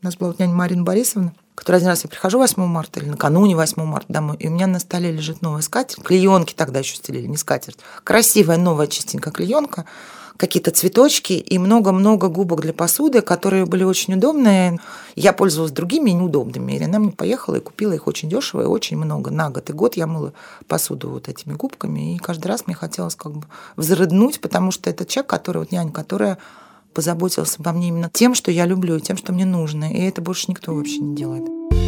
У нас была няня Марина Борисовна, которая один раз я прихожу 8 марта или накануне 8 марта домой, и у меня на столе лежит новая скатерть. Клеенки тогда еще стелили, не скатерть. Красивая, новая, чистенькая клеенка, какие-то цветочки и много-много губок для посуды, которые были очень удобные. Я пользовалась другими неудобными. И она мне поехала и купила их очень дешево и очень много на год. И год я мыла посуду вот этими губками. И каждый раз мне хотелось как бы взрыднуть, потому что это человек, который, вот няня, которая позаботился обо мне именно тем, что я люблю, и тем, что мне нужно. И это больше никто вообще не делает.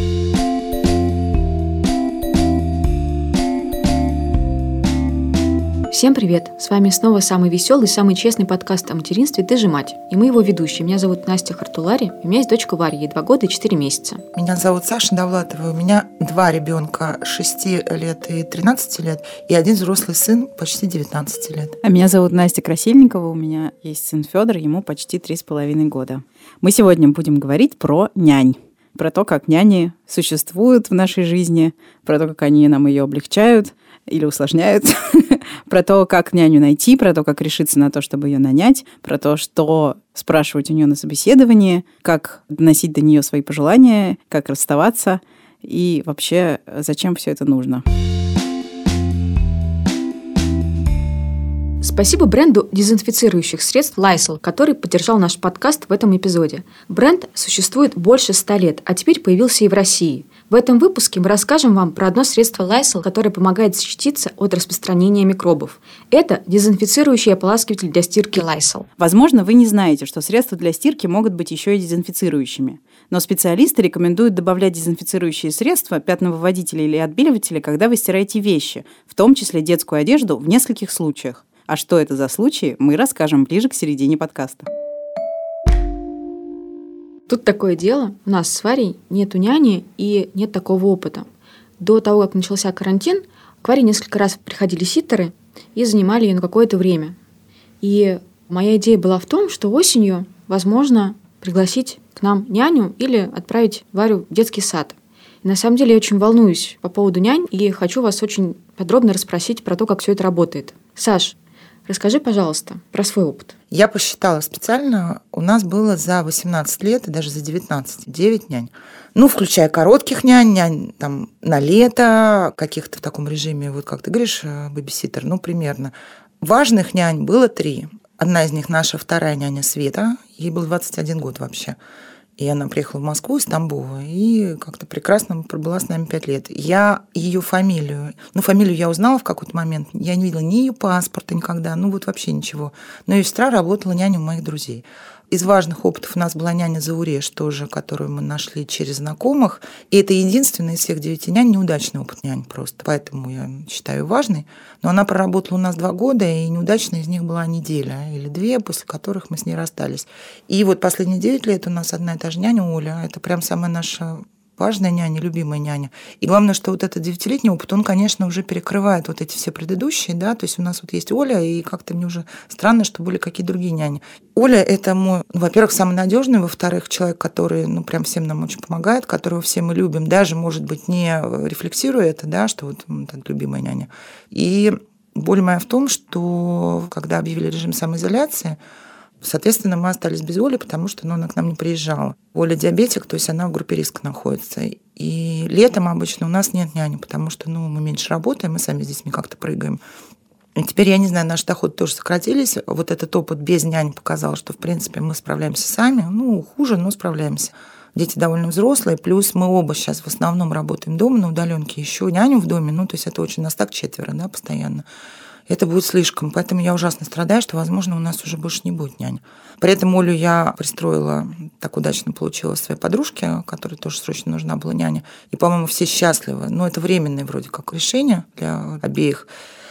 Всем привет! С вами снова самый веселый, самый честный подкаст о материнстве «Ты же мать». И мы его ведущие. Меня зовут Настя Хартулари, и у меня есть дочка Варя, ей 2 года и 4 месяца. Меня зовут Саша Довлатова, у меня 2 ребенка 6 лет и 13 лет, и 1 взрослый сын почти 19 лет. А меня зовут Настя Красильникова, у меня есть сын Федор, ему почти 3,5 года. Мы сегодня будем говорить про нянь. Про то, как няни существуют в нашей жизни, про то, как они нам ее облегчают или усложняют, про то, как няню найти, про то, как решиться на то, чтобы ее нанять, про то, что спрашивать у нее на собеседовании, как доносить до нее свои пожелания, как расставаться и вообще, зачем все это нужно. Спасибо бренду дезинфицирующих средств Lysol, который поддержал наш подкаст в этом эпизоде. Бренд существует больше 100 лет, а теперь появился и в России. В этом выпуске мы расскажем вам про одно средство Lysol, которое помогает защититься от распространения микробов. Это дезинфицирующий ополаскиватель для стирки Lysol. Возможно, вы не знаете, что средства для стирки могут быть еще и дезинфицирующими. Но специалисты рекомендуют добавлять дезинфицирующие средства, пятновыводители или отбеливатели, когда вы стираете вещи, в том числе детскую одежду, в нескольких случаях. А что это за случаи, мы расскажем ближе к середине подкаста. Тут такое дело. У нас с Варей нету няни и нет такого опыта. До того, как начался карантин, к Варе несколько раз приходили ситтеры и занимали ее на какое-то время. И моя идея была в том, что осенью, возможно, пригласить к нам няню или отправить Варю в детский сад. И на самом деле я очень волнуюсь по поводу нянь и хочу вас очень подробно расспросить про то, как все это работает. Саш, расскажи, пожалуйста, про свой опыт. Я посчитала специально, у нас было за 18 лет и даже за 19 9 нянь. Ну, включая коротких нянь там, на лето, каких-то в таком режиме, вот как ты говоришь, бэбиситер, ну, примерно. Важных нянь было 3. Одна из них наша вторая няня Света, ей был 21 год вообще. И она приехала в Москву из Тамбова и как-то прекрасно пробыла с нами 5 лет. Я ее фамилию я узнала в какой-то момент. Я не видела ни ее паспорта никогда, вот вообще ничего. Но ее сестра работала няней у моих друзей. Из важных опытов у нас была няня Зауреш тоже, которую мы нашли через знакомых. И это единственная из всех 9 нянь неудачный опыт нянь просто. Поэтому я считаю важной. Но она проработала у нас 2 года, и неудачная из них была неделя или 2, после которых мы с ней расстались. И вот последние 9 лет у нас одна и та же няня Оля. Это прям самая наша важная няня, любимая няня. И главное, что вот этот 9-летний опыт, он, конечно, уже перекрывает вот эти все предыдущие, да, то есть у нас вот есть Оля, и как-то мне уже странно, что были какие-то другие няни. Оля – это мой, во-первых, самый надежный, во-вторых, человек, который, прям всем нам очень помогает, которого все мы любим, даже, может быть, не рефлексируя это, да, что вот это любимая няня. И боль моя в том, что когда объявили режим самоизоляции, соответственно, мы остались без Оли, потому что она к нам не приезжала. Оля диабетик, то есть она в группе риска находится. И летом обычно у нас нет няни, потому что мы меньше работаем, мы сами с детьми как-то прыгаем. И теперь, я не знаю, наши доходы тоже сократились. Вот этот опыт без няни показал, что, в принципе, мы справляемся сами. Хуже, но справляемся. Дети довольно взрослые, плюс мы оба сейчас в основном работаем дома на удаленке, еще няню в доме, то есть это очень нас так 4, да, постоянно. Это будет слишком, поэтому я ужасно страдаю, что, возможно, у нас уже больше не будет нянь. При этом Олю я пристроила, так удачно получилось, своей подружке, которой тоже срочно нужна была няня. И, по-моему, все счастливы. Но это временное вроде как решение для обеих.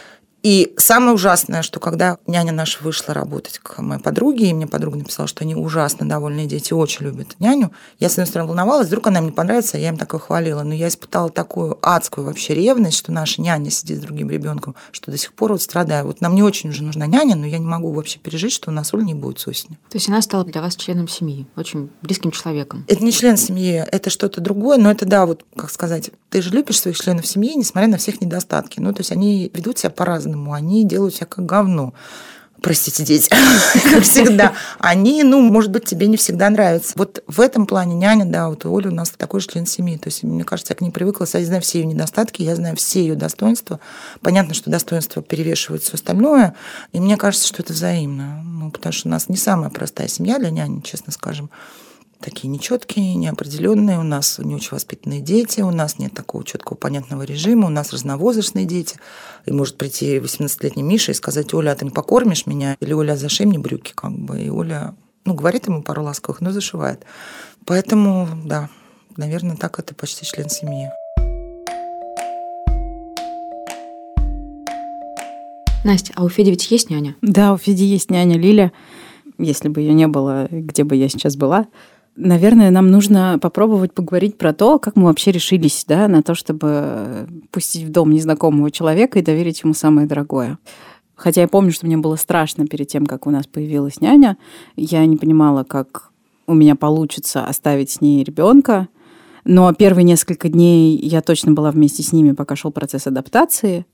И самое ужасное, что когда няня наша вышла работать к моей подруге, и мне подруга написала, что они ужасно довольные дети, очень любят няню, я, с одной стороны, волновалась, вдруг она мне понравится, я им такое хвалила. Но я испытала такую адскую вообще ревность, что наша няня сидит с другим ребенком, что до сих пор вот страдаю. Вот нам не очень уже нужна няня, но я не могу вообще пережить, что у нас Оля не будет с осени. То есть она стала для вас членом семьи, очень близким человеком. Это не член семьи, это что-то другое, но это, да, вот, как сказать, ты же любишь своих членов семьи, несмотря на всех недостатки. То есть они ведут себя по-разному, они делают всякое говно. простите, дети, как всегда, они, может быть, тебе не всегда нравятся. Вот в этом плане няня, да, вот Оля у нас такой же член семьи. То есть, мне кажется, я к ней привыкла, я знаю все ее недостатки, я знаю все ее достоинства. Понятно, что достоинства перевешивают все остальное, и мне кажется, что это взаимно. Потому что у нас не самая простая семья для няни, честно скажем. Такие нечеткие, неопределенные, у нас не очень воспитанные дети, у нас нет такого четкого понятного режима, у нас разновозрастные дети. И может прийти 18-летний Миша и сказать: Оля, а ты не покормишь меня? Или Оля, зашей мне брюки, как бы. И Оля, говорит ему пару ласковых, но зашивает. Поэтому, да, наверное, так это почти член семьи. Настя, а у Феди ведь есть няня? Да, у Феди есть няня Лиля. Если бы ее не было, где бы я сейчас была? Наверное, нам нужно попробовать поговорить про то, как мы вообще решились, да, на то, чтобы пустить в дом незнакомого человека и доверить ему самое дорогое. Хотя я помню, что мне было страшно перед тем, как у нас появилась няня. Я не понимала, как у меня получится оставить с ней ребенка. Но первые несколько дней я точно была вместе с ними, пока шел процесс адаптации.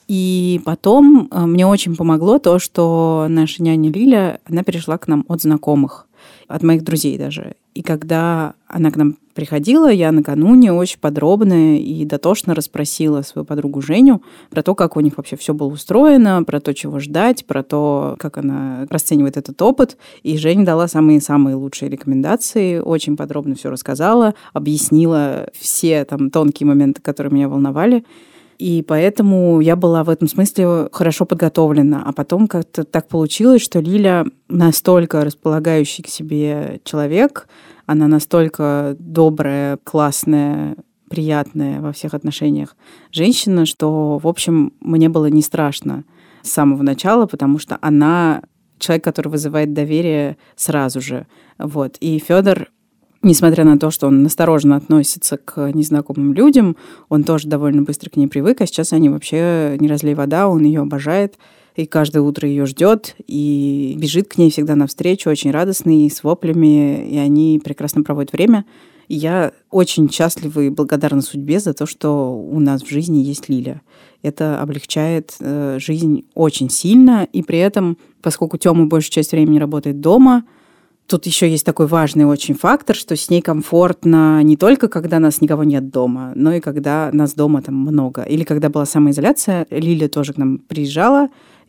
И потом мне очень помогло то, что наша няня Лиля, она перешла к нам от знакомых, от моих друзей даже. И когда она к нам приходила, я накануне очень подробно и дотошно расспросила свою подругу Женю про то, как у них вообще все было устроено, про то, чего ждать, про то, как она расценивает этот опыт. И Женя дала самые-самые лучшие рекомендации, очень подробно все рассказала, объяснила все там тонкие моменты, которые меня волновали. И поэтому я была в этом смысле хорошо подготовлена. А потом как-то так получилось, что Лиля настолько располагающий к себе человек, она настолько добрая, классная, приятная во всех отношениях женщина, что, в общем, мне было не страшно с самого начала, потому что она человек, который вызывает доверие сразу же. Вот. И Фёдор, несмотря на то, что он настороженно относится к незнакомым людям, он тоже довольно быстро к ней привык, а сейчас они вообще не разлей вода, он ее обожает, и каждое утро ее ждет, и бежит к ней всегда навстречу, очень радостный, с воплями, и они прекрасно проводят время. И я очень счастлива и благодарна судьбе за то, что у нас в жизни есть Лиля. Это облегчает жизнь очень сильно, и при этом, поскольку Тёма большую часть времени работает дома, тут еще есть такой важный очень фактор, что с ней комфортно не только когда нас никого нет дома, но и когда нас дома там много. Или когда была самоизоляция, Лиля тоже к нам приезжала,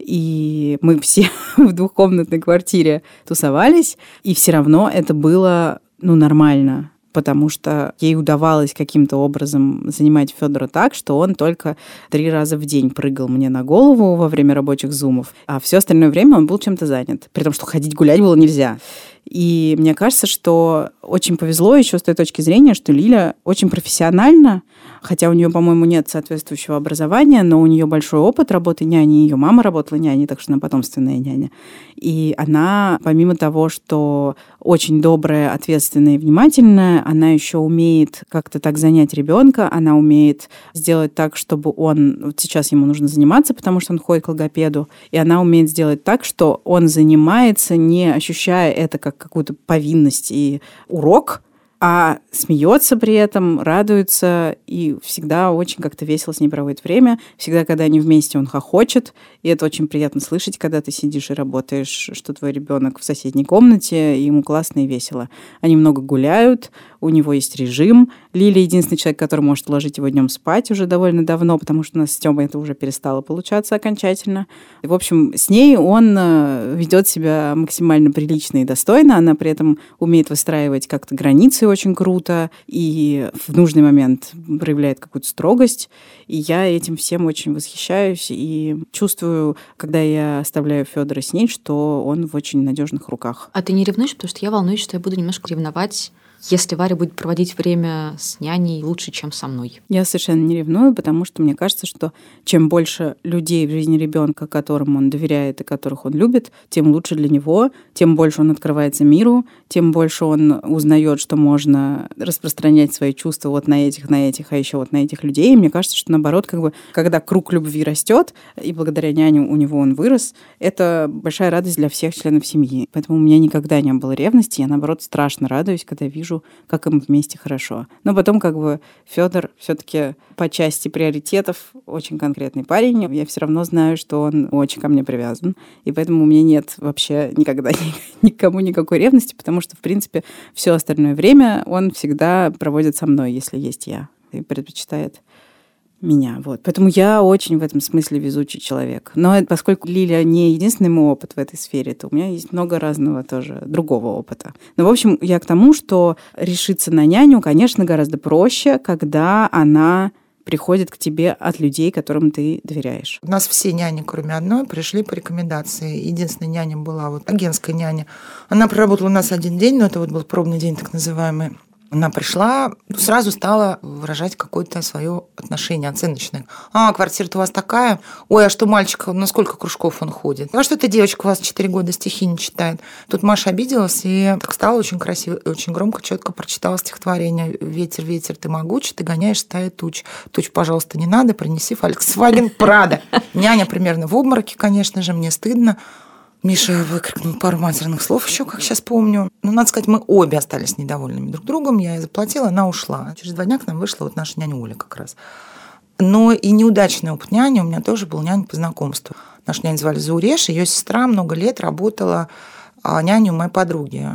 и мы все в двухкомнатной квартире тусовались, и все равно это было, нормально, потому что ей удавалось каким-то образом занимать Фёдора так, что он только 3 раза в день прыгал мне на голову во время рабочих зумов, а все остальное время он был чем-то занят, при том, что ходить гулять было нельзя. И мне кажется, что очень повезло еще с той точки зрения, что Лиля очень профессиональна, хотя у нее, по-моему, нет соответствующего образования, но у нее большой опыт работы няни, ее мама работала няней, так что она потомственная няня. И она, помимо того, что очень добрая, ответственная и внимательная, она еще умеет как-то так занять ребенка, она умеет сделать так, чтобы он... Вот сейчас ему нужно заниматься, потому что он ходит к логопеду, и она умеет сделать так, что он занимается, не ощущая это как какую-то повинность и урок, а смеется при этом, радуется и всегда очень как-то весело с ней проводит время. Всегда, когда они вместе, он хохочет. И это очень приятно слышать, когда ты сидишь и работаешь, что твой ребенок в соседней комнате, и ему классно и весело. Они много гуляют, у него есть режим. Лиля единственный человек, который может уложить его днем спать уже довольно давно, потому что у нас с Тёмой это уже перестало получаться окончательно. И, в общем, с ней он ведет себя максимально прилично и достойно. Она при этом умеет выстраивать как-то границы очень круто и в нужный момент проявляет какую-то строгость. И я этим всем очень восхищаюсь и чувствую, когда я оставляю Фёдора с ней, что он в очень надежных руках. А ты не ревнуешь, потому что я волнуюсь, что я буду немножко ревновать, если Варя будет проводить время с няней лучше, чем со мной. Я совершенно не ревную, потому что мне кажется, что чем больше людей в жизни ребенка, которым он доверяет и которых он любит, тем лучше для него, тем больше он открывается миру, тем больше он узнает, что можно распространять свои чувства вот на этих, а еще вот на этих людей. И мне кажется, что наоборот, когда круг любви растет, и благодаря няне у него он вырос, это большая радость для всех членов семьи. Поэтому у меня никогда не было ревности. Я, наоборот, страшно радуюсь, когда вижу вижу, как им вместе хорошо. Но потом Федор все-таки по части приоритетов очень конкретный парень. Я все равно знаю, что он очень ко мне привязан. И поэтому у меня нет вообще никогда никому никакой ревности, потому что, в принципе, все остальное время он всегда проводит со мной, если есть я, и предпочитает меня. Поэтому я очень в этом смысле везучий человек. Но поскольку Лиля не единственный мой опыт в этой сфере, то у меня есть много разного тоже другого опыта. В общем, я к тому, что решиться на няню, конечно, гораздо проще, когда она приходит к тебе от людей, которым ты доверяешь. У нас все няни, кроме одной, пришли по рекомендации. Единственная няня была агентская няня. Она проработала у нас 1 день, но это был пробный день так называемый. Она пришла, сразу стала выражать какое-то свое отношение оценочное. Квартира-то у вас такая. Ой, а что мальчик, на сколько кружков он ходит? А что эта девочка у вас 4 года стихи не читает? Тут Маша обиделась и так стала очень красиво, очень громко, четко прочитала стихотворение. «Ветер, ветер, ты могуч, ты гоняешь стаи туч. Туч, пожалуйста, не надо, принеси Volkswagen Prado». Няня примерно в обмороке, конечно же, мне стыдно. Миша выкрикнул пару матерных слов еще, как сейчас помню. Надо сказать, мы обе остались недовольными друг другом. Я ей заплатила, она ушла. Через 2 дня к нам вышла наша няня Оля как раз. Но и неудачный опыт няни у меня тоже был няня по знакомству. Нашу няню звали Зауреш, ее сестра много лет работала няней у моей подруги.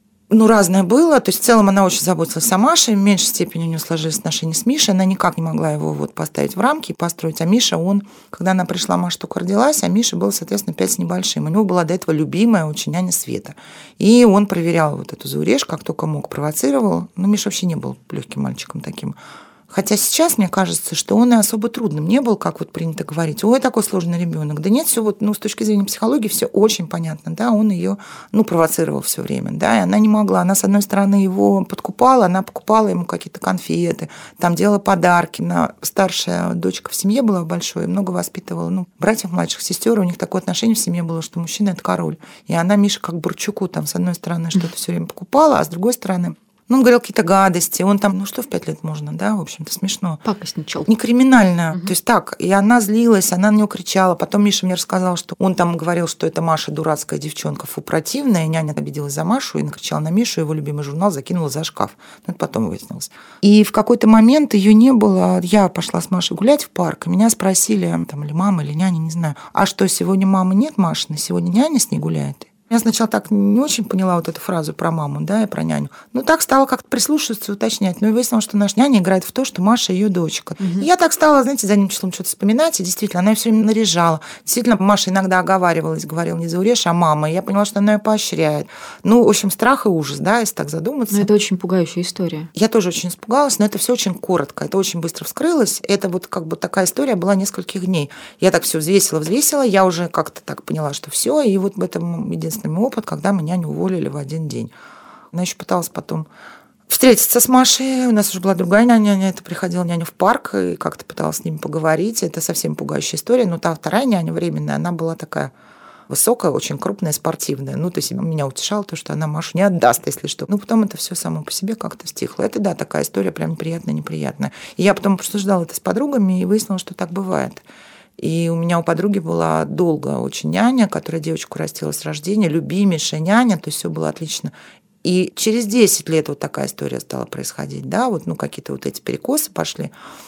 Разное было. То есть в целом она очень заботилась о Маше. В меньшей степени у нее сложились отношения с Мишей. Она никак не могла его поставить в рамки и построить. А Миша, когда она пришла, Маша только родилась, а Миша был, соответственно, 5 с небольшим. У него была до этого любимая очень няня Света. И он проверял эту Зауреш, как только мог, провоцировал. Миша вообще не был легким мальчиком таким. Хотя сейчас мне кажется, что он и особо трудным не был, как принято говорить. Ой, такой сложный ребенок. Да нет, все с точки зрения психологии все очень понятно. Да, он ее провоцировал все время. Да, и она не могла. Она, с одной стороны, его подкупала, она покупала ему какие-то конфеты, там делала подарки. Старшая дочка в семье была большой, много воспитывала братьев, младших сестер. У них такое отношение в семье было, что мужчина – это король. И она Мише как Бурчуку с одной стороны что-то все время покупала, а с другой стороны он говорил какие-то гадости, он там, что в 5 лет можно, да, в общем-то, смешно. Пакостничал. Не криминально, то есть так. И она злилась, она на него кричала. Потом Миша мне рассказал, что он там говорил, что это Маша дурацкая девчонка, противная, и няня обиделась за Машу и накричала на Мишу, его любимый журнал закинула за шкаф. Это потом выяснилось. И в какой-то момент ее не было. Я пошла с Машей гулять в парк, и меня спросили, или мама, или няня, не знаю, а что, сегодня мамы нет Машины, сегодня няня с ней гуляет? Я сначала так не очень поняла эту фразу про маму, да, и про няню. Так стала как-то прислушиваться, уточнять. И выяснилось, что наша няня играет в то, что Маша ее дочка. И я так стала, задним числом что-то вспоминать, и действительно, она ее все время наряжала. Действительно, Маша иногда оговаривалась, говорила не Зауреш, а мама. И я поняла, что она ее поощряет. В общем, страх и ужас, да, если так задуматься. Но это очень пугающая история. Я тоже очень испугалась, но это все очень коротко, это очень быстро вскрылось. Это такая история была нескольких дней. Я так все взвесила, я уже как-то так поняла, что все, и в этом единственный опыт, когда мы няню уволили в 1 день. Она еще пыталась потом встретиться с Машей. У нас уже была другая няня, это приходила няня в парк и как-то пыталась с ними поговорить. Это совсем пугающая история. Но та вторая няня временная, она была такая высокая, очень крупная, спортивная. То есть меня утешало то, что она Машу не отдаст, если что. Потом это все само по себе как-то стихло. Это, да, такая история прям неприятная. И я потом обсуждала это с подругами и выяснила, что так бывает. И у меня у подруги была долго очень няня, которая девочку растила с рождения, любимейшая няня, то есть все было отлично. И через 10 лет такая история стала происходить, да, какие-то эти перекосы пошли,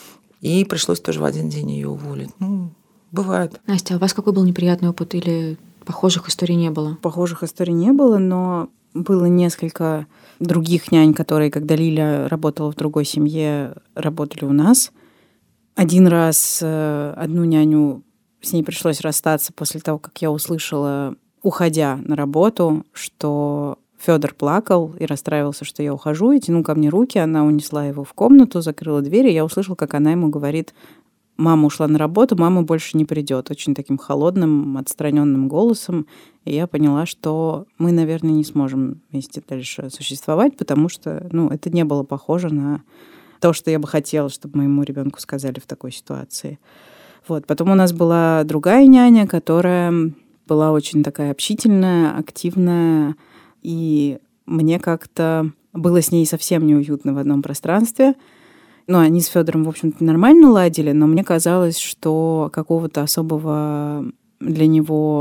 и пришлось тоже в 1 день ее уволить. Бывает. Настя, а у вас какой был неприятный опыт или похожих историй не было? Похожих историй не было, но было несколько других нянь, которые, когда Лиля работала в другой семье, работали у нас. 1 раз одну няню, с ней пришлось расстаться после того, как я услышала, уходя на работу, что Федор плакал и расстраивался, что я ухожу, и тянул ко мне руки. Она унесла его в комнату, закрыла дверь, и я услышала, как она ему говорит: «Мама ушла на работу, мама больше не придет», очень таким холодным, отстраненным голосом. И я поняла, что мы, наверное, не сможем вместе дальше существовать, потому что это не было похоже на то, что я бы хотела, чтобы моему ребенку сказали в такой ситуации. Потом у нас была другая няня, которая была очень такая общительная, активная, и мне как-то было с ней совсем неуютно в одном пространстве. Они с Федором, в общем-то, нормально ладили, но мне казалось, что какого-то особого для него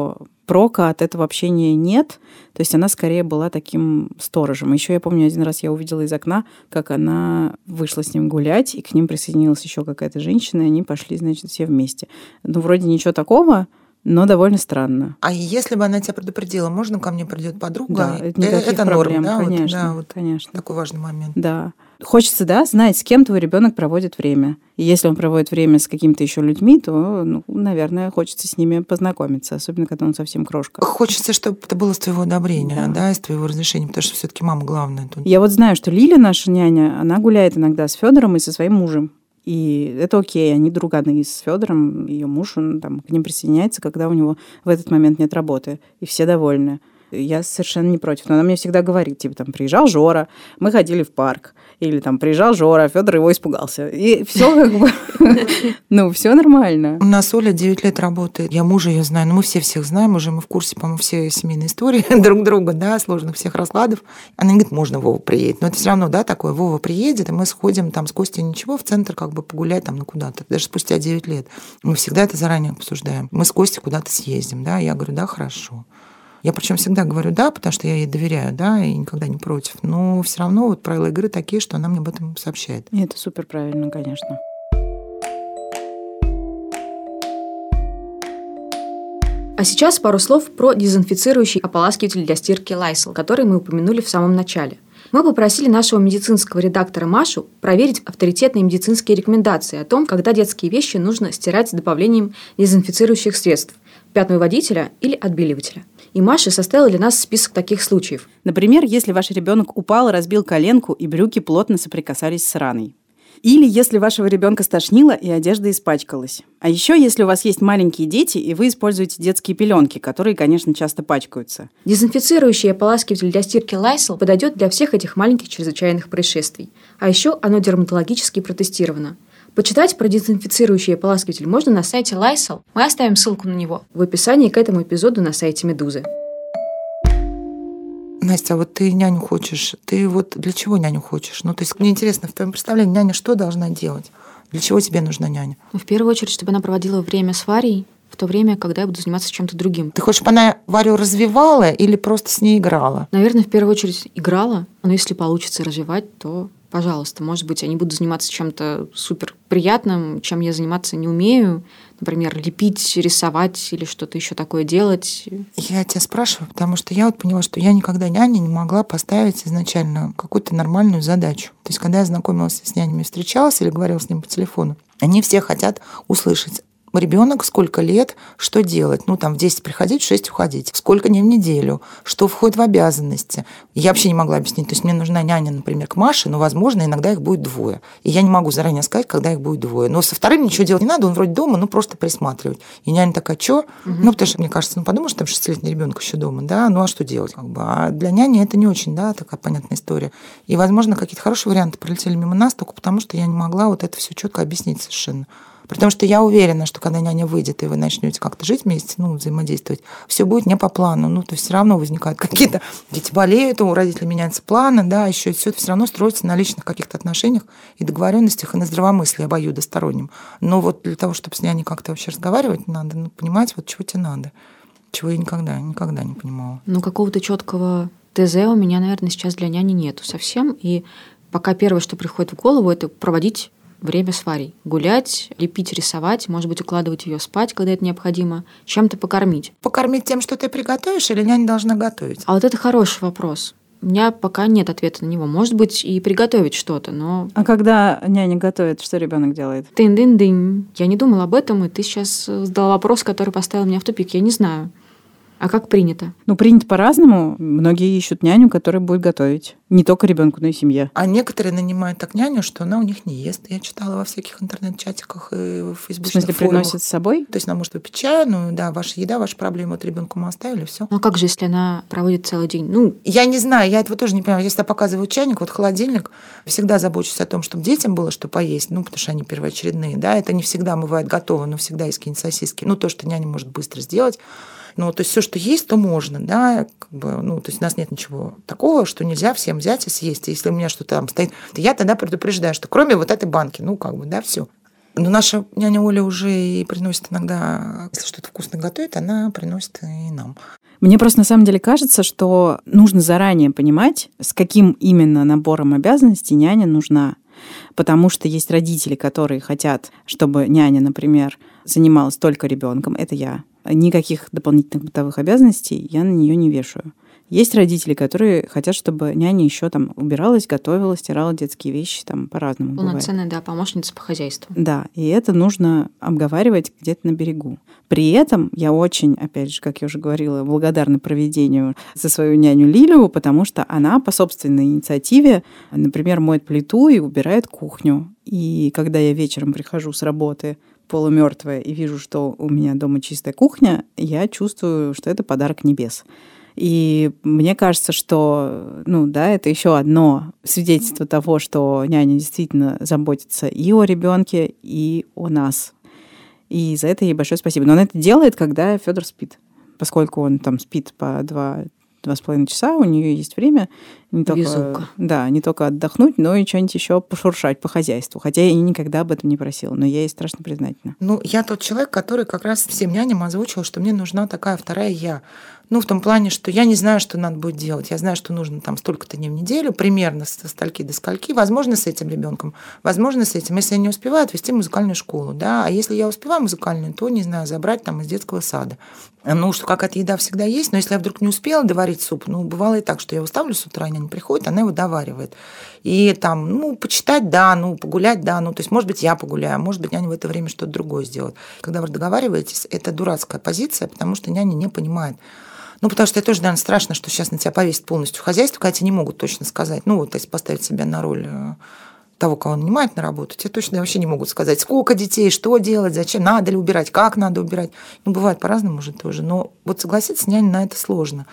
прока от этого общения нет. То есть она скорее была таким сторожем. Еще я помню, один раз я увидела из окна, как она вышла с ним гулять, и к ним присоединилась еще какая-то женщина, и они пошли, значит, все вместе. Ну, вроде ничего такого, но довольно странно. А если бы она тебя предупредила, можно ко мне придет подруга? Да, это норм, проблем, да? конечно, Вот конечно. Такой важный момент. Да. Хочется, да, знать, с кем твой ребенок проводит время. И если он проводит время с какими-то еще людьми, то, ну, наверное, хочется с ними познакомиться, особенно когда он совсем крошка. Хочется, чтобы это было с твоего одобрения, да, с твоего разрешения, потому что все-таки мама главная тут. Я вот знаю, что Лиля, наша няня, она гуляет иногда с Федором и со своим мужем. И это окей, они друганы с Федором, ее муж, он там к ним присоединяется, когда у него в этот момент нет работы, и все довольны. Я совершенно не против. Но она мне всегда говорит, типа, там, приезжал Жора, мы ходили в парк. Или там, приезжал Жора, Федор его испугался. И все как бы... Ну, все нормально. У нас Оля 9 лет работает. Я мужа ее знаю. Но мы всех знаем уже. Мы в курсе, по-моему, все семейные истории друг друга, да, сложных всех раскладов. Она говорит, можно Вова приедет. Но это все равно, да, такое. Вова приедет, и мы сходим там с Костей ничего в центр как бы погулять там, ну, куда-то. Даже спустя 9 лет. Мы всегда это заранее обсуждаем. Мы с Костей куда-то съездим, да. Я говорю, да, хорошо. Я причем всегда говорю «да», потому что я ей доверяю, да, и никогда не против. Но все равно вот правила игры такие, что она мне об этом сообщает. И это супер правильно, конечно. А сейчас пару слов про дезинфицирующий ополаскиватель для стирки Lysol, который мы упомянули в самом начале. Мы попросили нашего медицинского редактора Машу проверить авторитетные медицинские рекомендации о том, когда детские вещи нужно стирать с добавлением дезинфицирующих средств, пятновыводителя или отбеливателя. И Маша составила для нас список таких случаев. Например, если ваш ребенок упал, разбил коленку, и брюки плотно соприкасались с раной. Или если вашего ребенка стошнило, и одежда испачкалась. А еще если у вас есть маленькие дети, и вы используете детские пеленки, которые, конечно, часто пачкаются. Дезинфицирующий ополаскиватель для стирки Lysol подойдет для всех этих маленьких чрезвычайных происшествий. А еще оно дерматологически протестировано. Почитать про дезинфицирующий ополаскиватель можно на сайте Lysol. Мы оставим ссылку на него в описании к этому эпизоду на сайте Медузы. Настя, а вот ты няню хочешь, ты вот для чего няню хочешь? Ну, то есть мне интересно, в твоем представлении няня что должна делать? Для чего тебе нужна няня? В первую очередь, чтобы она проводила время с Варей в то время, когда я буду заниматься чем-то другим. Ты хочешь, чтобы она Варю развивала или просто с ней играла? Наверное, в первую очередь играла, но если получится развивать, то пожалуйста. Может быть, они будут заниматься чем-то супер приятным, чем я заниматься не умею. Например, лепить, рисовать или что-то еще такое делать. Я тебя спрашиваю, потому что я вот поняла, что я никогда няне не могла поставить изначально какую-то нормальную задачу. То есть, когда я знакомилась с нянями, встречалась или говорила с ним по телефону, они все хотят услышать: ребенок, сколько лет, что делать? Ну, там, в 10 приходить, в 6 уходить. Сколько дней в неделю? Что входит в обязанности? Я вообще не могла объяснить. То есть мне нужна няня, например, к Маше, но, возможно, иногда их будет 2. И я не могу заранее сказать, когда их будет 2. Но со вторым ничего делать не надо, он вроде дома, ну, просто присматривать. И няня такая, что? Ну, потому что, мне кажется, ну, подумаешь, там 6-летний ребенок еще дома, да, ну, а что делать? Как бы? А для няни это не очень, да, такая понятная история. И, возможно, какие-то хорошие варианты пролетели мимо нас, только потому что я не могла вот это все четко объяснить совершенно. Потому что я уверена, что когда няня выйдет, и вы начнете как-то жить вместе, ну, взаимодействовать, все будет не по плану. Ну, то есть все равно возникают какие-то... Дети болеют, у родителей меняются планы, да, еще все это все равно строится на личных каких-то отношениях и договоренностях, и на здравомыслии обоюдостороннем. Но вот для того, чтобы с няней как-то вообще разговаривать, надо понимать, вот чего тебе надо. Чего я никогда не понимала. Ну, какого-то четкого ТЗ у меня, наверное, сейчас для няни нету совсем. И пока первое, что приходит в голову, это проводить время с Варей. Гулять, лепить, рисовать, может быть, укладывать ее спать, когда это необходимо, чем-то покормить. Покормить тем, что ты приготовишь, или няня должна готовить? А вот это хороший вопрос. У меня пока нет ответа на него. Может быть, и приготовить что-то, но... А когда няня готовит, что ребенок делает? Тын-дын-дын. Я не думала об этом, и ты сейчас задала вопрос, который поставил меня в тупик. Я не знаю. А как принято? Ну, принято по-разному. Многие ищут няню, которая будет готовить. Не только ребенку, но и семье. А некоторые нанимают так няню, что она у них не ест. Я читала во всяких интернет-чатиках и в фейсбучных форумах. В смысле, форумах. приносит с собой? То есть она может выпить чай, ну да, ваша еда, ваша проблема, вот ребенку мы оставили, все. Ну, а как же, если она проводит целый день? Ну, я не знаю, я этого тоже не понимаю. Если я показываю чайник, вот холодильник, всегда забочусь о том, чтобы детям было что поесть, ну, потому что они первоочередные, да, это не всегда бывает готово, но всегда есть какие-нибудь сосиски. Ну, то, что няня может быстро сделать. Ну, то есть все, что есть, то можно, да, как бы, ну, то есть у нас нет ничего такого, что нельзя всем взять и съесть. И если у меня что-то там стоит, то я тогда предупреждаю, что кроме вот этой банки, ну, как бы, да, все. Но наша няня Оля уже и приносит иногда, если что-то вкусно готовит, она приносит и нам. Мне просто на самом деле кажется, что нужно заранее понимать, с каким именно набором обязанностей няня нужна. Потому что есть родители, которые хотят, чтобы няня, например, занималась только ребенком. Это я. Никаких дополнительных бытовых обязанностей я на нее не вешаю. Есть родители, которые хотят, чтобы няня еще там убиралась, готовила, стирала детские вещи, там по-разному бывает. Полноценная, да, помощница по хозяйству. Да, и это нужно обговаривать где-то на берегу. При этом я очень, опять же, как я уже говорила, благодарна провидению за свою няню Лилю, потому что она по собственной инициативе, например, моет плиту и убирает кухню. И когда я вечером прихожу с работы полумертвая и вижу, что у меня дома чистая кухня, я чувствую, что это подарок небес. И мне кажется, что, это еще одно свидетельство того, что няня действительно заботится и о ребенке, и о нас. И за это ей большое спасибо. Но она это делает, когда Федор спит. Поскольку он там спит по 2,5 часа, у нее есть время не только отдохнуть, но и что-нибудь еще пошуршать по хозяйству. Хотя я никогда об этом не просила, но я ей страшно признательна. Я тот человек, который как раз всем няням озвучил, что мне нужна такая вторая я. В том плане, что я не знаю, что надо будет делать. Я знаю, что нужно там столько-то дней в неделю, примерно со стольки до скольки. Возможно, с этим ребенком, возможно, с этим. Если я не успеваю, отвезти в музыкальную школу. Да? А если я успеваю музыкальную, то, не знаю, забрать там из детского сада. Что какая-то еда всегда есть, но если я вдруг не успела доварить суп, бывало и так, что я его ставлю с утра, няня приходит, она его доваривает. И там, почитать, да, погулять, да, то есть, может быть, я погуляю, может быть, няня в это время что-то другое сделает. Когда вы договариваетесь, это дурацкая позиция, потому что няня не понимает. Потому что это тоже, наверное, страшно, что сейчас на тебя повесит полностью хозяйство, когда тебе не могут точно сказать. Если поставить себя на роль того, кого нанимают на работу, тебе точно вообще не могут сказать, сколько детей, что делать, зачем, надо ли убирать, как надо убирать. Бывает по-разному уже тоже. Но согласиться с няней на это сложно.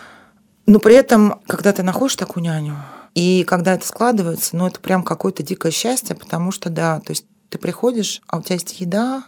Но при этом, когда ты находишь такую няню, и когда это складывается, это прям какое-то дикое счастье, потому что, да, то есть ты приходишь, а у тебя есть еда,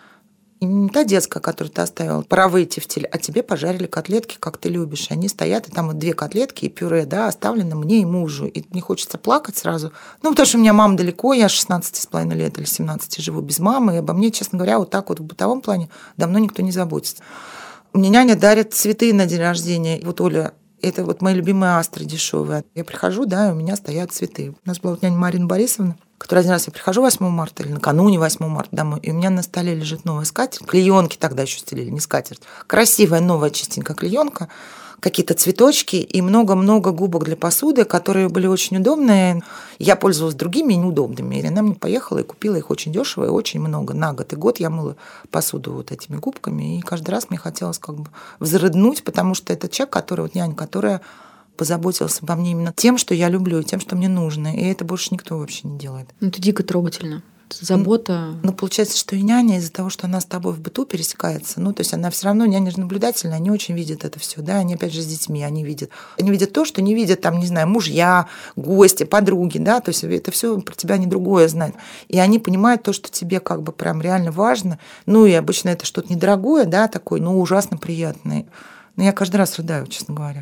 и не та детская, которую ты оставила, пора выйти в теле, а тебе пожарили котлетки, как ты любишь. Они стоят, и там 2 котлетки и пюре, да, оставлены мне и мужу. И не хочется плакать сразу. Потому что у меня мама далеко, я 16,5 лет или 17 живу без мамы, и обо мне, честно говоря, вот так в бытовом плане давно никто не заботится. Мне няня дарит цветы на день рождения. Оля, это мои любимые астры дешевые. Я прихожу, да, и у меня стоят цветы. У нас была няня Марина Борисовна, который один раз я прихожу 8 марта или накануне 8 марта домой, и у меня на столе лежит новая скатерть, клеенки тогда еще стелили, не скатерть, красивая новая чистенькая клеенка, какие-то цветочки и много-много губок для посуды, которые были очень удобные. Я пользовалась другими неудобными, и она мне поехала и купила их очень дешево и очень много. На год и год я мыла посуду этими губками, и каждый раз мне хотелось взрыднуть, потому что это человек, няня, которая позаботился обо мне именно тем, что я люблю, и тем, что мне нужно. И это больше никто вообще не делает. Это дико трогательно. Это забота. Получается, что и няня из-за того, что она с тобой в быту пересекается, то есть она все равно, няня же наблюдательная, они очень видят это все, да, они опять же с детьми, они видят то, что не видят там, не знаю, мужья, гости, подруги, да, то есть это все про тебя не другое знают. И они понимают то, что тебе прям реально важно, и обычно это что-то недорогое, да, такое, ужасно приятное. Но я каждый раз рыдаю, честно говоря.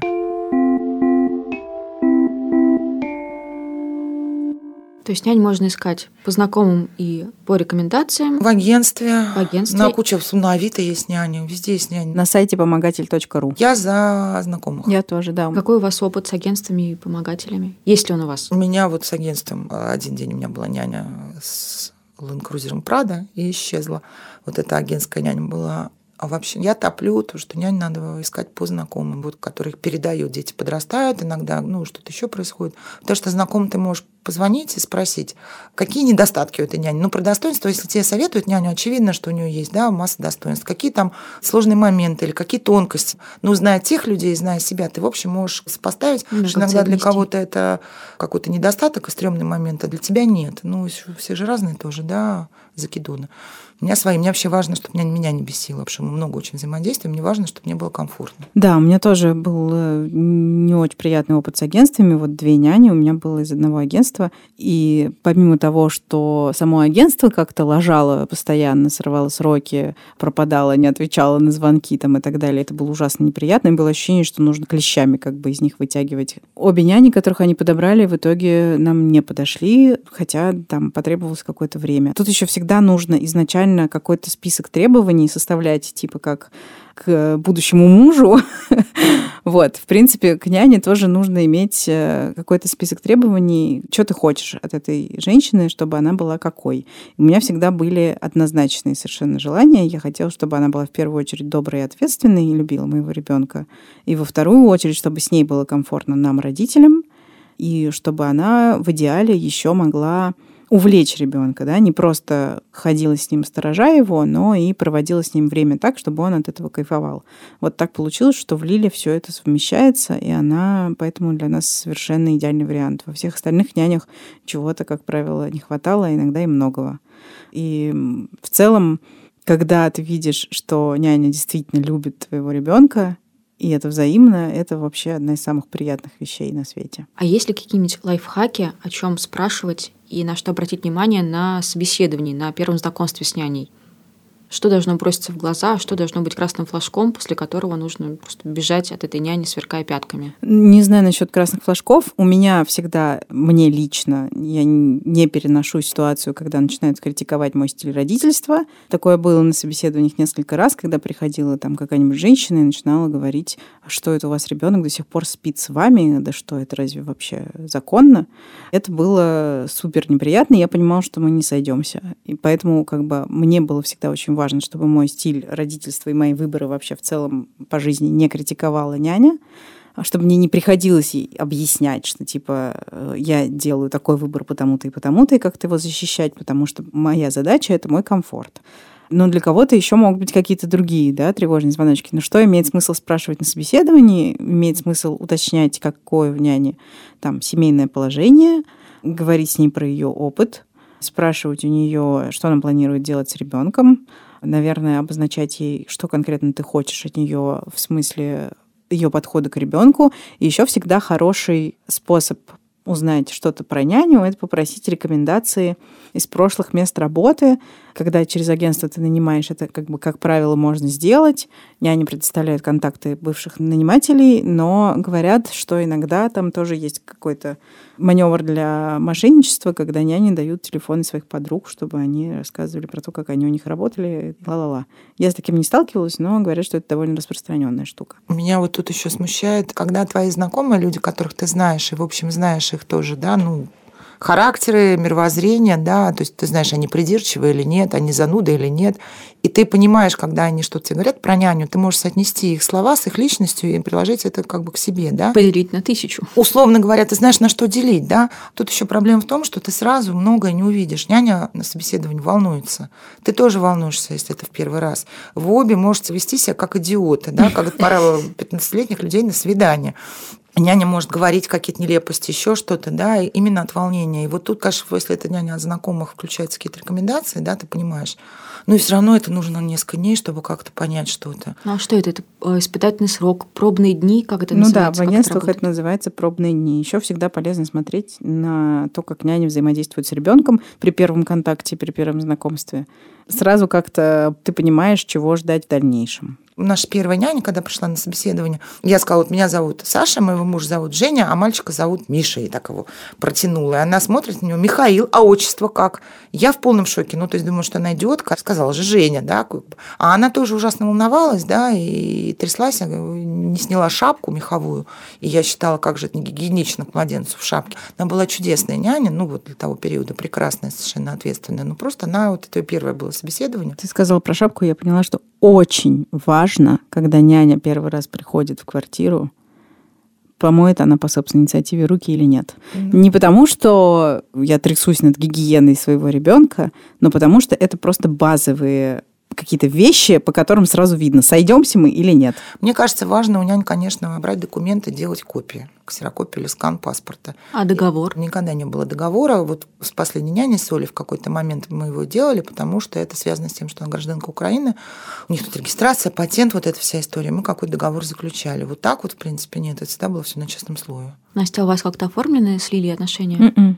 То есть нянь можно искать по знакомым и по рекомендациям. В агентстве. На куче, на Авито есть няня, везде есть няня. На сайте помогатель.ру. Я за знакомых. Я тоже, да. Какой у вас опыт с агентствами и помогателями? Есть ли он у вас? У меня с агентством один день у меня была няня с ленд-крузером Прада и исчезла. Эта агентская няня была. А вообще я топлю то, что нянь надо искать по знакомым, которых передают. Дети подрастают иногда, что-то еще происходит. Потому что знакомым ты можешь позвонить и спросить, какие недостатки у этой няни. Про достоинства, если тебе советуют няню, очевидно, что у нее есть, да, масса достоинств. Какие там сложные моменты или какие тонкости. Зная тех людей, зная себя, ты, в общем, можешь сопоставить, что иногда для кого-то это какой-то недостаток и стрёмный момент, а для тебя нет. Все же разные тоже, да, закидоны. У меня свои. Мне вообще важно, чтобы меня не бесило, потому что мы много очень взаимодействуем. Мне важно, чтобы мне было комфортно. Да, у меня тоже был не очень приятный опыт с агентствами. 2 няни у меня было из одного агентства. агентство. И помимо того, что само агентство как-то лажало постоянно, срывало сроки, пропадало, не отвечало на звонки там, и так далее, это было ужасно неприятно. И было ощущение, что нужно клещами как бы из них вытягивать. Обе няни, которых они подобрали, в итоге нам не подошли, хотя там потребовалось какое-то время. Тут еще всегда нужно изначально какой-то список требований составлять, типа как к будущему мужу. Вот, в принципе, к няне тоже нужно иметь какой-то список требований, что ты хочешь от этой женщины, чтобы она была какой. У меня всегда были однозначные совершенно желания. Я хотела, чтобы она была в первую очередь доброй и ответственной и любила моего ребенка. И во вторую очередь, чтобы с ней было комфортно нам, родителям, и чтобы она в идеале еще могла увлечь ребенка, да, не просто ходила с ним, сторожа его, но и проводила с ним время так, чтобы он от этого кайфовал. Вот так получилось, что в Лиле все это совмещается, и она поэтому для нас совершенно идеальный вариант. Во всех остальных нянях чего-то, как правило, не хватало, а иногда и многого. И в целом, когда ты видишь, что няня действительно любит твоего ребенка, и это взаимно, это вообще одна из самых приятных вещей на свете. А есть ли какие-нибудь лайфхаки, о чем спрашивать и на что обратить внимание на собеседовании, на первом знакомстве с няней? Что должно броситься в глаза, что должно быть красным флажком, после которого нужно просто бежать от этой няни, сверкая пятками? Не знаю насчет красных флажков. У меня всегда, мне лично, я не переношу ситуацию, когда начинают критиковать мой стиль родительства. Такое было на собеседованиях несколько раз, когда приходила там какая-нибудь женщина и начинала говорить, что это у вас ребенок до сих пор спит с вами, да что, это разве вообще законно? Это было супер неприятно, и я понимала, что мы не сойдемся. И поэтому как бы мне было всегда очень важно, чтобы мой стиль родительства и мои выборы вообще в целом по жизни не критиковала няня, чтобы мне не приходилось ей объяснять, что типа я делаю такой выбор потому-то, и как-то его защищать, потому что моя задача — это мой комфорт. Но для кого-то еще могут быть какие-то другие, да, тревожные звоночки. Но что имеет смысл спрашивать на собеседовании? Имеет смысл уточнять, какое у няни там семейное положение, говорить с ней про ее опыт, спрашивать у нее, что она планирует делать с ребенком, наверное, обозначать ей, что конкретно ты хочешь от нее в смысле ее подхода к ребенку. И еще всегда хороший способ узнать что-то про няню — это попросить рекомендации из прошлых мест работы. Когда через агентство ты нанимаешь, это, как правило, можно сделать. Няни предоставляют контакты бывших нанимателей, но говорят, что иногда там тоже есть какой-то маневр для мошенничества, когда няни дают телефоны своих подруг, чтобы они рассказывали про то, как они у них работали. Ла-ла-ла. Я с таким не сталкивалась, но говорят, что это довольно распространенная штука. Меня вот тут еще смущает, когда твои знакомые, люди, которых ты знаешь, и, в общем, знаешь их тоже, да, характеры, мировоззрение, да, то есть ты знаешь, они придирчивые или нет, они зануды или нет, и ты понимаешь, когда они что-то тебе говорят про няню, ты можешь соотнести их слова с их личностью и приложить это как бы к себе, да. Поделить на 1000. Условно говоря, ты знаешь, на что делить, да. Тут еще проблема в том, что ты сразу многое не увидишь. Няня на собеседовании волнуется. Ты тоже волнуешься, если это в первый раз. Вы обе можете вести себя как идиоты, да, как пара 15-летних людей на свидание. Няня может говорить какие-то нелепости, еще что-то, да, именно от волнения. И вот тут, конечно, если это няня от знакомых, включаются какие-то рекомендации, да, ты понимаешь. Но и все равно это нужно несколько дней, чтобы как-то понять что-то. Ну а что это? Это испытательный срок, пробные дни, как это называется? Ну да, в агентствах это называется пробные дни. Еще всегда полезно смотреть на то, как няня взаимодействует с ребенком при первом контакте, при первом знакомстве. Сразу как-то ты понимаешь, чего ждать в дальнейшем. Наша первая няня, когда пришла на собеседование, я сказала, вот меня зовут Саша, моего мужа зовут Женя, а мальчика зовут Миша. И так его протянула. И она смотрит на него, Михаил, а отчество как? Я в полном шоке. То есть думаю, что она идиотка. Сказала же Женя, да. А она тоже ужасно волновалась, да, и тряслась, не сняла шапку меховую. И я считала, как же это не гигиенично к младенцу в шапке. Она была чудесная няня, вот для того периода прекрасная, совершенно ответственная. Просто она, вот это первое было собеседование. Ты сказала про шапку, я поняла, что очень важно, когда няня первый раз приходит в квартиру, помоет она по собственной инициативе руки или нет. Не потому, что я трясусь над гигиеной своего ребенка, но потому что это просто базовые какие-то вещи, по которым сразу видно, сойдемся мы или нет. Мне кажется, важно у нянь, конечно, брать документы, делать копии, ксерокопию или скан паспорта. А договор? Никогда не было договора. Вот с последней няней, с Олей, в какой-то момент мы его делали, потому что это связано с тем, что она гражданка Украины. У них тут регистрация, патент, вот эта вся история. Мы какой-то договор заключали. Вот так вот, в принципе, нет. Это всегда было все на честном слове. Настя, у вас как-то оформлены с Лилией отношения? Mm-mm.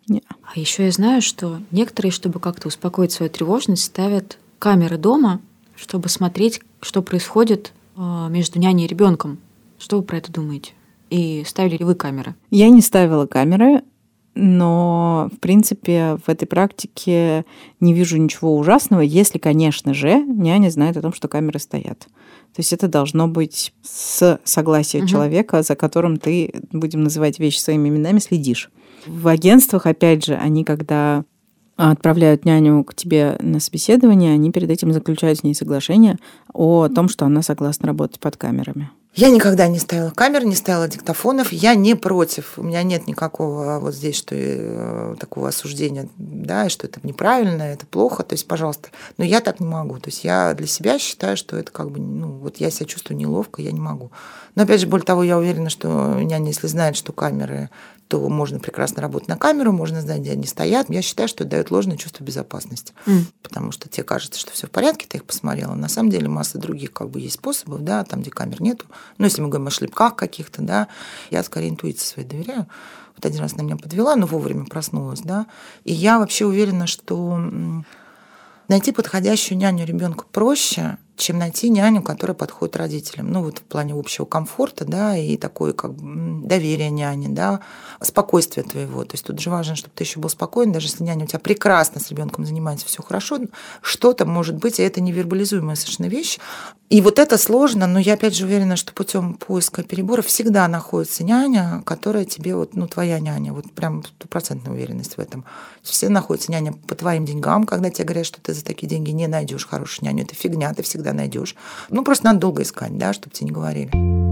Не. А еще я знаю, что некоторые, чтобы как-то успокоить свою тревожность, ставят камеры дома, чтобы смотреть, что происходит между няней и ребенком. Что вы про это думаете? И ставили ли вы камеры? Я не ставила камеры, но, в принципе, в этой практике не вижу ничего ужасного, если, конечно же, няня знает о том, что камеры стоят. То есть это должно быть с согласия человека, за которым ты, будем называть вещи своими именами, следишь. В агентствах, опять же, они, когда отправляют няню к тебе на собеседование, они перед этим заключают с ней соглашение о том, что она согласна работать под камерами. Я никогда не ставила камер, не ставила диктофонов. Я не против. У меня нет никакого вот здесь что такого осуждения, да, что это неправильно, это плохо. То есть, пожалуйста. Но я так не могу. То есть я для себя считаю, что это как бы, вот я себя чувствую неловко, я не могу. Но опять же, более того, я уверена, что няня, если знает, что камеры, то можно прекрасно работать на камеру, можно знать, где они стоят. Я считаю, что это дает ложное чувство безопасности. Потому что тебе кажется, что все в порядке, ты их посмотрела. На самом деле масса других как бы есть способов, да, там, где камер нету. Ну, если мы говорим о шлепках каких-то, да, я скорее интуиции своей доверяю. Вот один раз она меня подвела, но вовремя проснулась, да. И я вообще уверена, что найти подходящую няню ребенку проще, чем найти няню, которая подходит родителям. Ну, вот в плане общего комфорта, да, и такое как бы доверие няне, да, спокойствие твоего. То есть тут же важно, чтобы ты еще был спокоен, даже если няня у тебя прекрасно с ребенком занимается, все хорошо, что-то может быть, и это невербализуемая совершенно вещь. И вот это сложно, но я опять же уверена, что путем поиска перебора всегда находится няня, которая тебе, вот, твоя няня, вот прям 100% уверенность в этом. Все находится няня по твоим деньгам, когда тебе говорят, что ты за такие деньги не найдешь хорошую няню, это фигня, ты всегда найдешь. Просто надо долго искать, да, чтобы тебе не говорили.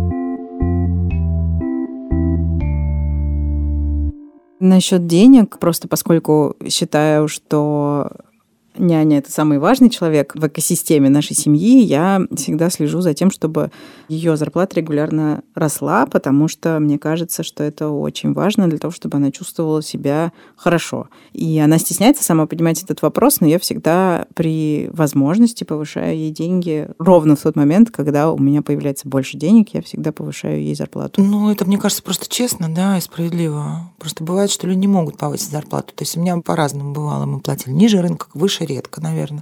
Насчет денег, просто поскольку считаю, что няня – это самый важный человек в экосистеме нашей семьи, я всегда слежу за тем, чтобы ее зарплата регулярно росла, потому что мне кажется, что это очень важно для того, чтобы она чувствовала себя хорошо. И она стесняется сама поднимать этот вопрос, но я всегда при возможности повышаю ей деньги ровно в тот момент, когда у меня появляется больше денег, я всегда повышаю ей зарплату. Это, мне кажется, просто честно, да, и справедливо. Просто бывает, что люди не могут повысить зарплату. То есть у меня по-разному бывало. Мы платили ниже рынка, выше редко, наверное.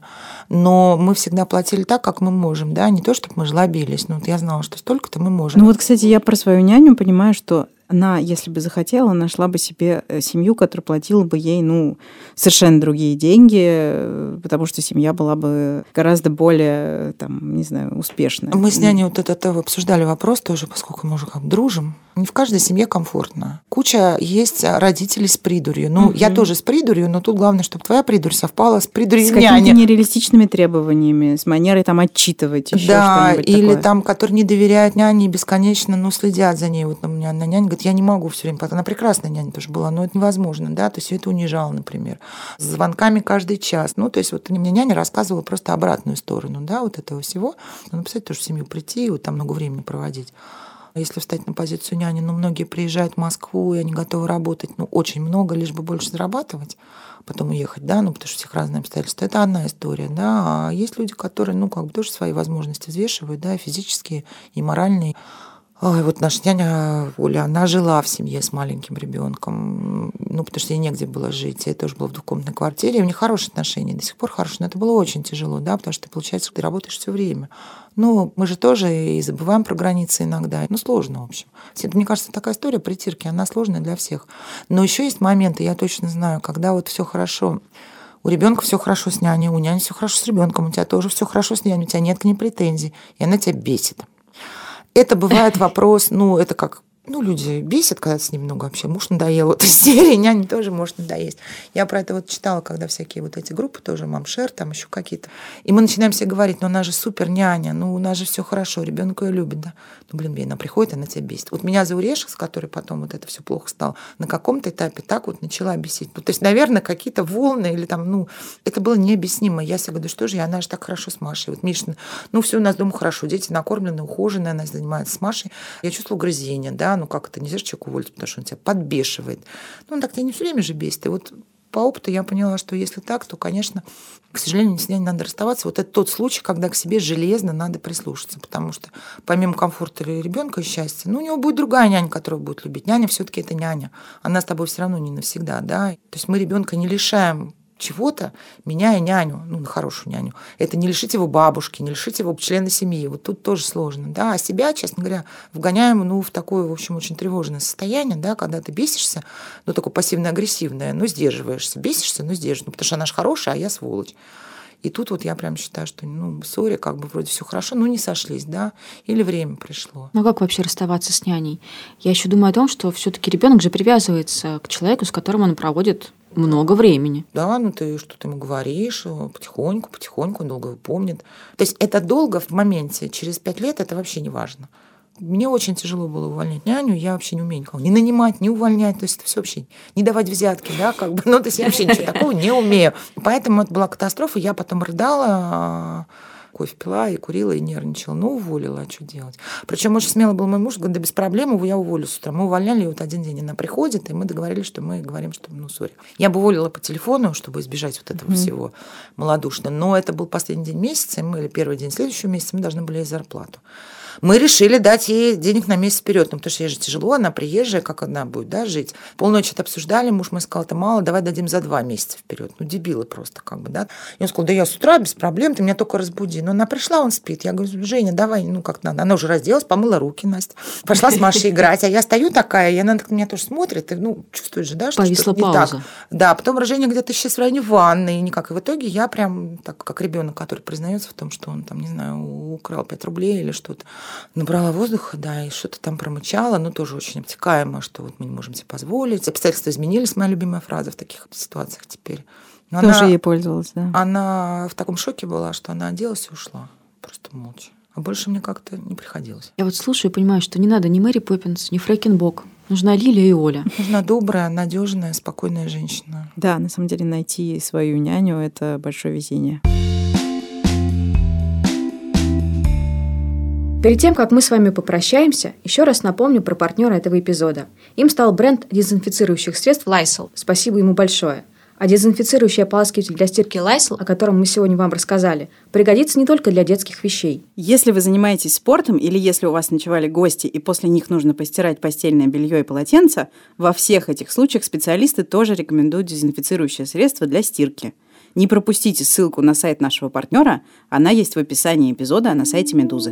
Но мы всегда платили так, как мы можем, да, не то, чтобы мы жлобились. Я знала, что столько-то мы можем. Кстати, я про свою няню понимаю, что она, если бы захотела, нашла бы себе семью, которая платила бы ей, совершенно другие деньги, потому что семья была бы гораздо более, успешная. Мы с няней обсуждали вопрос тоже, поскольку мы уже дружим. Не в каждой семье комфортно. Куча есть родителей с придурью. Я тоже с придурью, но тут главное, чтобы твоя придурь совпала с придурью няни. С какими-то нереалистичными требованиями, с манерой отчитывать еще что-нибудь или такое. Которые не доверяют няне и бесконечно, следят за ней. Вот у меня няня говорит, я не могу все время. Она прекрасная няня тоже была, но это невозможно, да, то есть это унижало, например. С звонками каждый час. То есть мне няня рассказывала просто обратную сторону, да, вот этого всего. Написать тоже в семью прийти и там много времени проводить. Если встать на позицию няни, многие приезжают в Москву, и они готовы работать, очень много, лишь бы больше зарабатывать, потом уехать, да, потому что у всех разные обстоятельства. Это одна история, да. А есть люди, которые, тоже свои возможности взвешивают, да, физические и моральные. Ой, вот наша няня Оля, она жила в семье с маленьким ребенком, потому что ей негде было жить. Я тоже была в двухкомнатной квартире, и у них хорошие отношения, до сих пор хорошие, но это было очень тяжело, да, потому что, получается, ты работаешь все время. Мы же тоже и забываем про границы иногда. Сложно, в общем. Мне кажется, такая история притирки, она сложная для всех. Но еще есть моменты, я точно знаю, когда все хорошо. У ребенка все хорошо с няней, у няни все хорошо с ребенком, у тебя тоже все хорошо с няней, у тебя нет к ней претензий, и она тебя бесит. Это бывает вопрос, это как, люди бесят, когда с ним много вообще. Муж надоел, вот из серии, няне тоже может надоесть. Я про это читала, когда всякие эти группы тоже, мамшер, там еще какие-то. И мы начинаем все говорить, она же супер няня, у нас же все хорошо, ребенок ее любит, да. Она приходит, она тебя бесит. Меня Заурешек, с которой потом это все плохо стало, на каком-то этапе так начала бесить. То есть, наверное, какие-то волны или это было необъяснимо. Я себе говорю, что же, она же так хорошо с Машей. Миша, все у нас дома хорошо, дети накормлены, ухожены, она занимается с Машей. Я чувствую угрызение, да, как это, нельзя же человека уволить, потому что он тебя подбешивает. Так тебя не все время же бесит. И по опыту я поняла, что если так, то, конечно, к сожалению, с няней надо расставаться. Вот это тот случай, когда к себе железно надо прислушаться, потому что помимо комфорта ребенка и счастья, у него будет другая няня, которая будет любить. Няня все-таки это няня. Она с тобой все равно не навсегда, да. То есть мы ребенка не лишаем чего-то, меняя няню, на хорошую няню. Это не лишить его бабушки, не лишить его члена семьи. Вот тут тоже сложно, да. А себя, честно говоря, вгоняем, в такое, в общем, очень тревожное состояние, да, когда ты бесишься, такое пассивно-агрессивное, но сдерживаешься. Бесишься, но сдерживаешься. Потому что она же хорошая, а я сволочь. И тут вот я прям считаю, что, сори, вроде все хорошо, не сошлись, да, или время пришло. Как вообще расставаться с няней? Я еще думаю о том, что все-таки ребенок же привязывается к человеку, с которым он проводит много времени. Да, ты что-то ему говоришь, потихоньку, он долго его помнит. То есть это долго в моменте, через 5 лет это вообще не важно. Мне очень тяжело было увольнять няню, я вообще не умею никого ни нанимать, ни увольнять, то есть это все вообще не давать взятки, да, то есть я вообще ничего такого не умею. Поэтому это была катастрофа, я потом рыдала, кофе пила и курила, и нервничала. Уволила, а что делать? Причем очень смело был мой муж, говорит, да без проблем, я уволю с утра. Мы увольняли, и один день она приходит, и мы договорились, что мы говорим, что сори. Я бы уволила по телефону, чтобы избежать вот этого всего малодушно, но это был последний день месяца, или первый день следующего месяца, мы должны были ей зарплату. Мы решили дать ей денег на месяц вперед, потому что ей же тяжело, она приезжая, как она будет, да, жить. Полночь это обсуждали, муж мой сказал, это мало, давай дадим за 2 месяца вперед. Дебилы просто, да. И он сказал, да я с утра без проблем, ты меня только разбуди. Но она пришла, он спит. Я говорю, Женя, давай, как надо. Она уже разделась, помыла руки, Настя. Пошла с Машей играть, а я стою такая, и она на меня тоже смотрит, и, чувствуешь же, да, что повисла что-то не пауза. так. Да, потом Женя где-то сейчас в районе ванны, и никак. И в итоге я прям, так как ребенок, который признается в том, что он там, не знаю, украл 5 рублей или что-то, набрала воздуха, да, и что-то там промычала, тоже очень обтекаемо, что мы не можем себе позволить. Обстоятельства изменились, моя любимая фраза в таких ситуациях теперь. Но тоже ей пользовалась, да? Она в таком шоке была, что она оделась и ушла. Просто молча. А больше мне как-то не приходилось. Я слушаю и понимаю, что не надо ни Мэри Поппинс, ни Фрэкенбок. Нужна Лиля и Оля. Нужна добрая, надежная, спокойная женщина. Да, на самом деле найти свою няню – это большое везение. Перед тем, как мы с вами попрощаемся, еще раз напомню про партнера этого эпизода. Им стал бренд дезинфицирующих средств Lysol. Спасибо ему большое. А дезинфицирующий ополаскиватель для стирки Lysol, о котором мы сегодня вам рассказали, пригодится не только для детских вещей. Если вы занимаетесь спортом или если у вас ночевали гости и после них нужно постирать постельное белье и полотенце, во всех этих случаях специалисты тоже рекомендуют дезинфицирующее средство для стирки. Не пропустите ссылку на сайт нашего партнера, она есть в описании эпизода на сайте Медузы.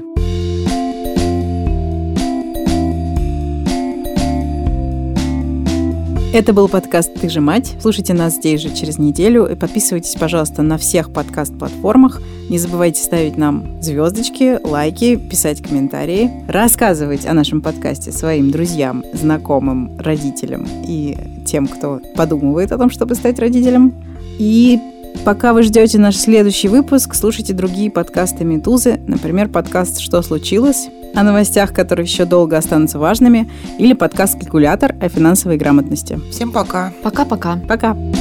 Это был подкаст «Ты же мать». Слушайте нас здесь же через неделю и подписывайтесь, пожалуйста, на всех подкаст-платформах. Не забывайте ставить нам звездочки, лайки, писать комментарии, рассказывать о нашем подкасте своим друзьям, знакомым, родителям и тем, кто подумывает о том, чтобы стать родителем. И пока вы ждете наш следующий выпуск, слушайте другие подкасты «Медузы», например, подкаст «Что случилось?», о новостях, которые еще долго останутся важными, или подкаст «Калькулятор» о финансовой грамотности. Всем пока. Пока-пока. Пока.